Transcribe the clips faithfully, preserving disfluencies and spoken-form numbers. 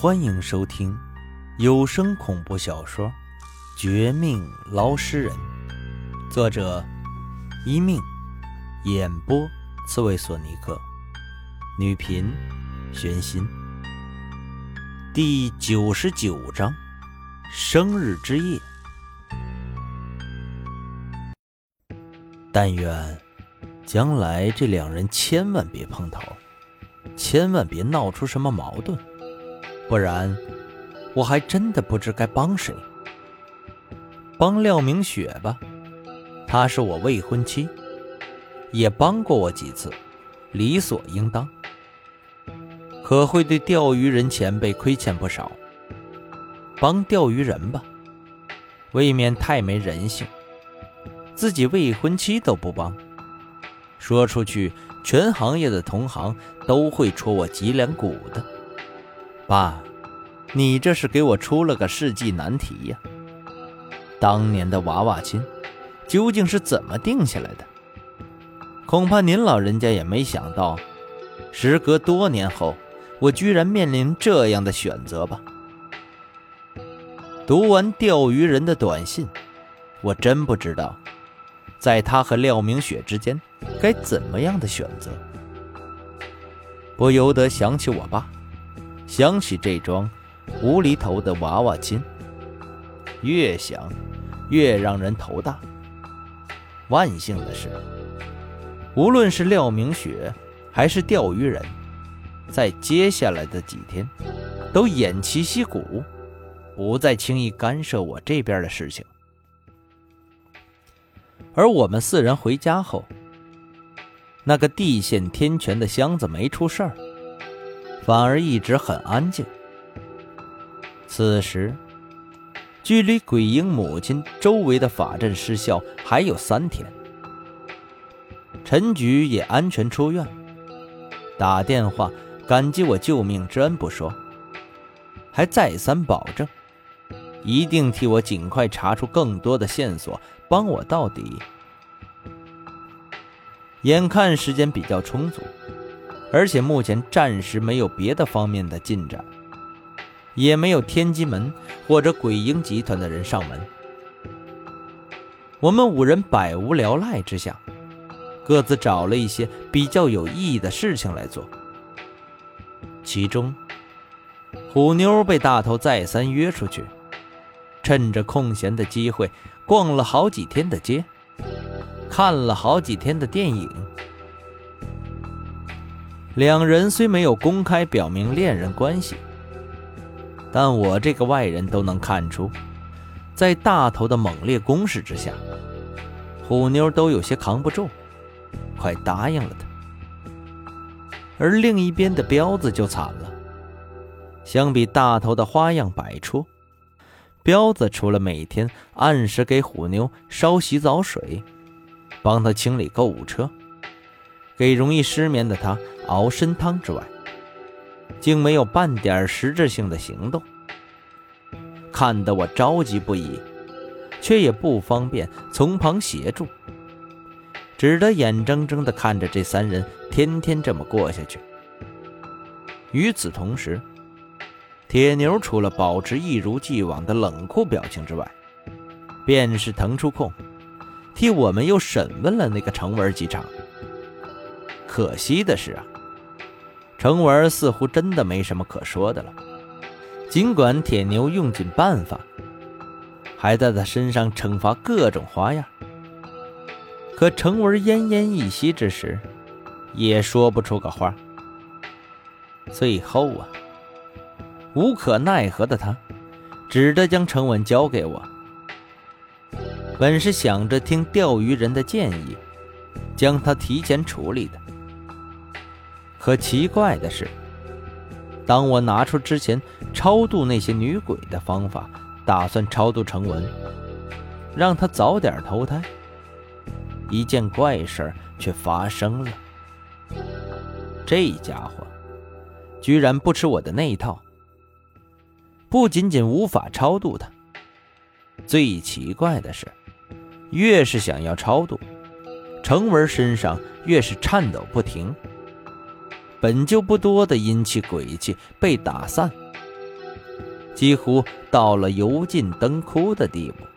欢迎收听有声恐怖小说《绝命捞尸人》，作者一命，演播刺猬索尼克，女频玄心。第九十九章，生日之夜。但愿将来这两人千万别碰头，千万别闹出什么矛盾，不然我还真的不知该帮谁。帮廖明雪吧，她是我未婚妻，也帮过我几次，理所应当。可会对钓鱼人前辈亏欠不少。帮钓鱼人吧，未免太没人性，自己未婚妻都不帮，说出去全行业的同行都会戳我脊梁骨的。爸，你这是给我出了个世纪难题呀！当年的娃娃亲究竟是怎么定下来的？恐怕您老人家也没想到，时隔多年后，我居然面临这样的选择吧。读完钓鱼人的短信，我真不知道在他和廖明雪之间该怎么样的选择，不由得想起我爸，想起这桩无厘头的娃娃亲，越想越让人头大。万幸的是，无论是廖明雪还是钓鱼人，在接下来的几天都偃旗息鼓，不再轻易干涉我这边的事情。而我们四人回家后，那个地陷天泉的箱子没出事儿，反而一直很安静。此时距离鬼婴母亲周围的法阵失效还有三天，陈局也安全出院，打电话感激我救命之恩不说，还再三保证一定替我尽快查出更多的线索，帮我到底。眼看时间比较充足，而且目前暂时没有别的方面的进展，也没有天机门或者鬼婴集团的人上门，我们五人百无聊赖之下，各自找了一些比较有意义的事情来做。其中虎妞被大头再三约出去，趁着空闲的机会逛了好几天的街，看了好几天的电影。两人虽没有公开表明恋人关系，但我这个外人都能看出，在大头的猛烈攻势之下，虎妞都有些扛不住，快答应了他。而另一边的彪子就惨了，相比大头的花样百出，彪子除了每天按时给虎妞烧洗澡水，帮他清理购物车，给容易失眠的他熬参汤之外，竟没有半点实质性的行动，看得我着急不已，却也不方便从旁协助，只得眼睁睁地看着这三人天天这么过下去。与此同时，铁牛除了保持一如既往的冷酷表情之外，便是腾出空替我们又审问了那个程文几场。可惜的是啊，程文似乎真的没什么可说的了，尽管铁牛用尽办法，还在他身上惩罚各种花样，可程文奄奄一息之时也说不出个话。最后啊，无可奈何的他只得将程文交给我。本是想着听钓鱼人的建议，将他提前处理的，可奇怪的是，当我拿出之前超度那些女鬼的方法，打算超度程文，让他早点投胎，一件怪事却发生了。这家伙居然不吃我的那一套，不仅仅无法超度他，最奇怪的是，越是想要超度，程文身上越是颤抖不停，本就不多的阴气鬼气被打散， 几乎到了油尽灯枯的地步。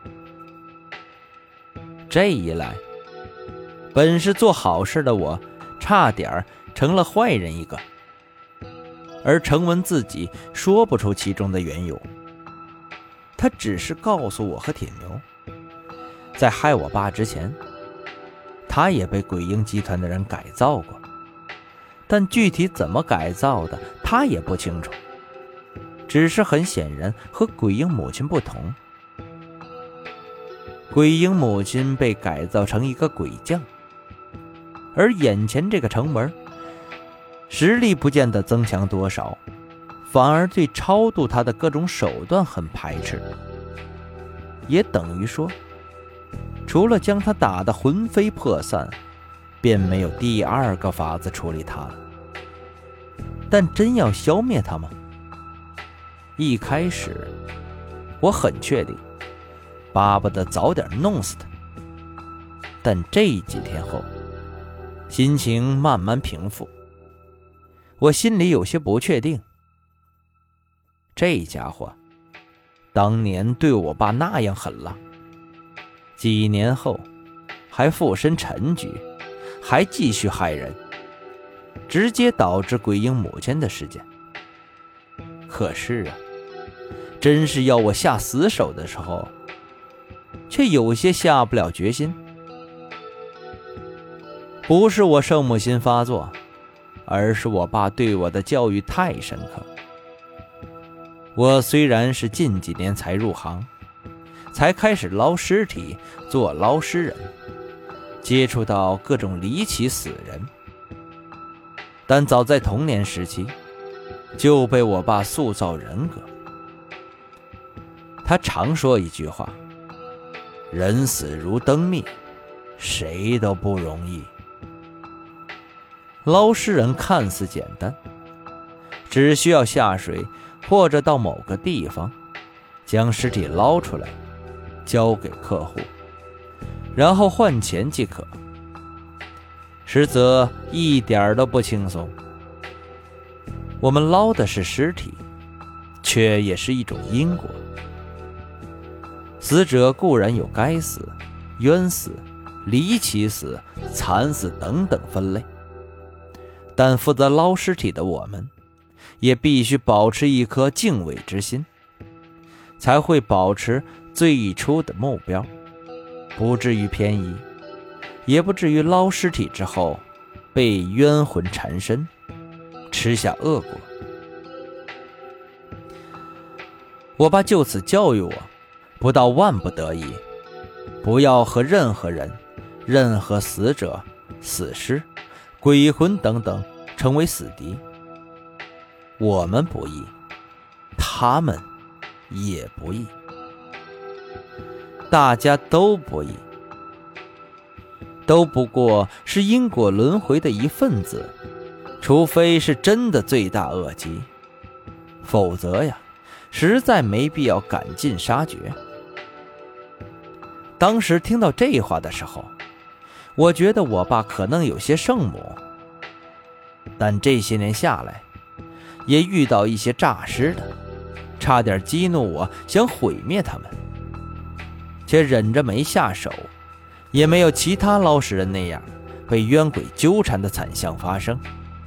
这一来，本是做好事的我，差点成了坏人一个。而程文自己说不出其中的缘由，他只是告诉我和铁牛，在害我爸之前，他也被鬼婴集团的人改造过，但具体怎么改造的他也不清楚，只是很显然和鬼婴母亲不同。鬼婴母亲被改造成一个鬼将，而眼前这个程文实力不见得增强多少，反而对超度他的各种手段很排斥，也等于说除了将他打得魂飞魄散，便没有第二个法子处理他了。但真要消灭他吗？一开始我很确定，巴不得早点弄死他。但这几天后，心情慢慢平复，我心里有些不确定。这家伙当年对我爸那样狠了，几年后还附身陈局，还继续害人，直接导致鬼婴母亲的事件。可是啊，真是要我下死手的时候，却有些下不了决心。不是我圣母心发作，而是我爸对我的教育太深刻。我虽然是近几年才入行，才开始捞尸体，做捞尸人，接触到各种离奇死人，但早在童年时期就被我爸塑造人格。他常说一句话，人死如灯灭，谁都不容易。捞尸人看似简单，只需要下水或者到某个地方将尸体捞出来交给客户，然后换钱即可，实则一点都不轻松。我们捞的是尸体，却也是一种因果。死者固然有该死、冤死、离奇死、惨死等等分类，但负责捞尸体的我们也必须保持一颗敬畏之心，才会保持最初的目标，不至于偏移，也不至于捞尸体之后被冤魂缠身，吃下恶果。我爸就此教育我，不到万不得已，不要和任何人、任何死者、死尸、鬼魂等等成为死敌。我们不易，他们也不易，大家都不易，都不过是因果轮回的一份子，除非是真的罪大恶极，否则呀，实在没必要赶尽杀绝。当时听到这话的时候，我觉得我爸可能有些圣母，但这些年下来，也遇到一些诈尸的，差点激怒我，想毁灭他们，却忍着没下手，也没有其他捞尸人那样被冤鬼纠缠的惨象发生。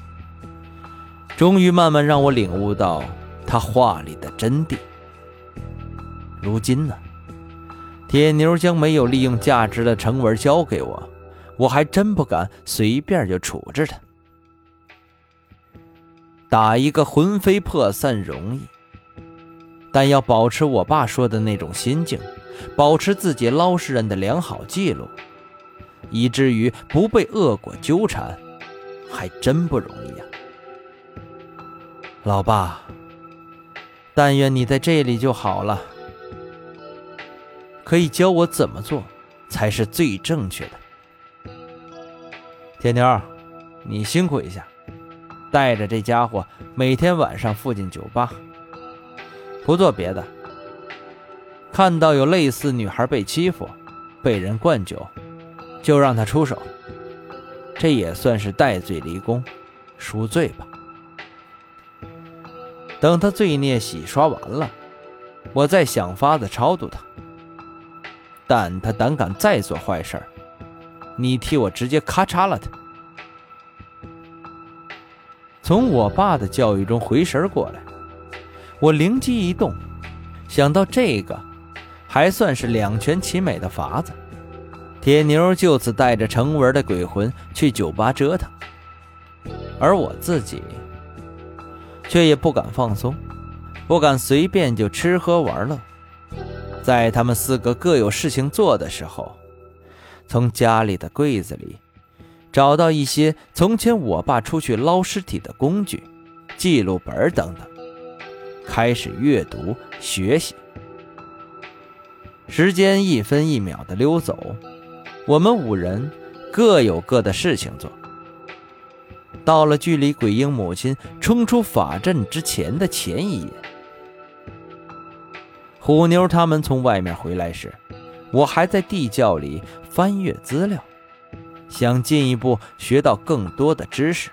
终于慢慢让我领悟到他话里的真谛。如今呢，铁牛将没有利用价值的成文交给我，我还真不敢随便就处置他。打一个魂飞魄散容易，但要保持我爸说的那种心境，保持自己捞尸人的良好记录，以至于不被恶果纠缠，还真不容易呀。老爸，但愿你在这里就好了，可以教我怎么做才是最正确的。铁牛，你辛苦一下，带着这家伙每天晚上附近酒吧，不做别的，看到有类似女孩被欺负、被人灌酒，就让他出手，这也算是戴罪立功，赎罪吧。等他罪孽洗刷完了， 我再想法子超度他。但他胆敢再做坏事，你替我直接咔嚓了他。从我爸的教育中回神过来，我灵机一动，想到这个还算是两全其美的法子。铁牛就此带着程文的鬼魂去酒吧折腾，而我自己却也不敢放松，不敢随便就吃喝玩乐。在他们四个各有事情做的时候，从家里的柜子里找到一些从前我爸出去捞尸体的工具、记录本等等，开始阅读学习。时间一分一秒的溜走，我们五人各有各的事情做。到了距离鬼婴母亲冲出法阵之前的前一夜，虎妞他们从外面回来时，我还在地窖里翻阅资料，想进一步学到更多的知识。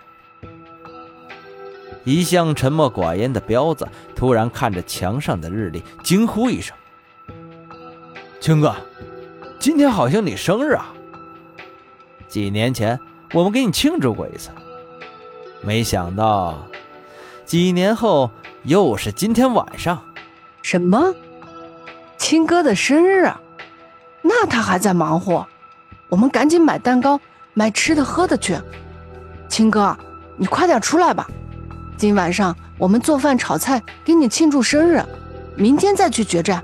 一向沉默寡言的彪子突然看着墙上的日历，惊呼一声：“青哥，今天好像你生日啊！几年前我们给你庆祝过一次，没想到几年后又是今天晚上。” 什么？青哥的生日啊？那他还在忙活，我们赶紧买蛋糕买吃的喝的去。青哥，你快点出来吧，今晚上我们做饭炒菜给你庆祝生日，明天再去决战。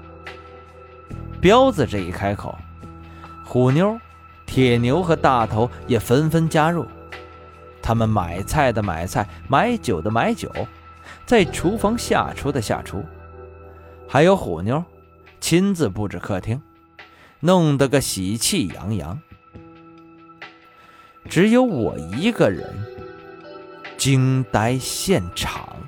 彪子这一开口，虎妞、铁牛和大头也纷纷加入。他们买菜的买菜，买酒的买酒，在厨房下厨的下厨，还有虎妞亲自布置客厅，弄得个喜气洋洋。只有我一个人惊呆现场。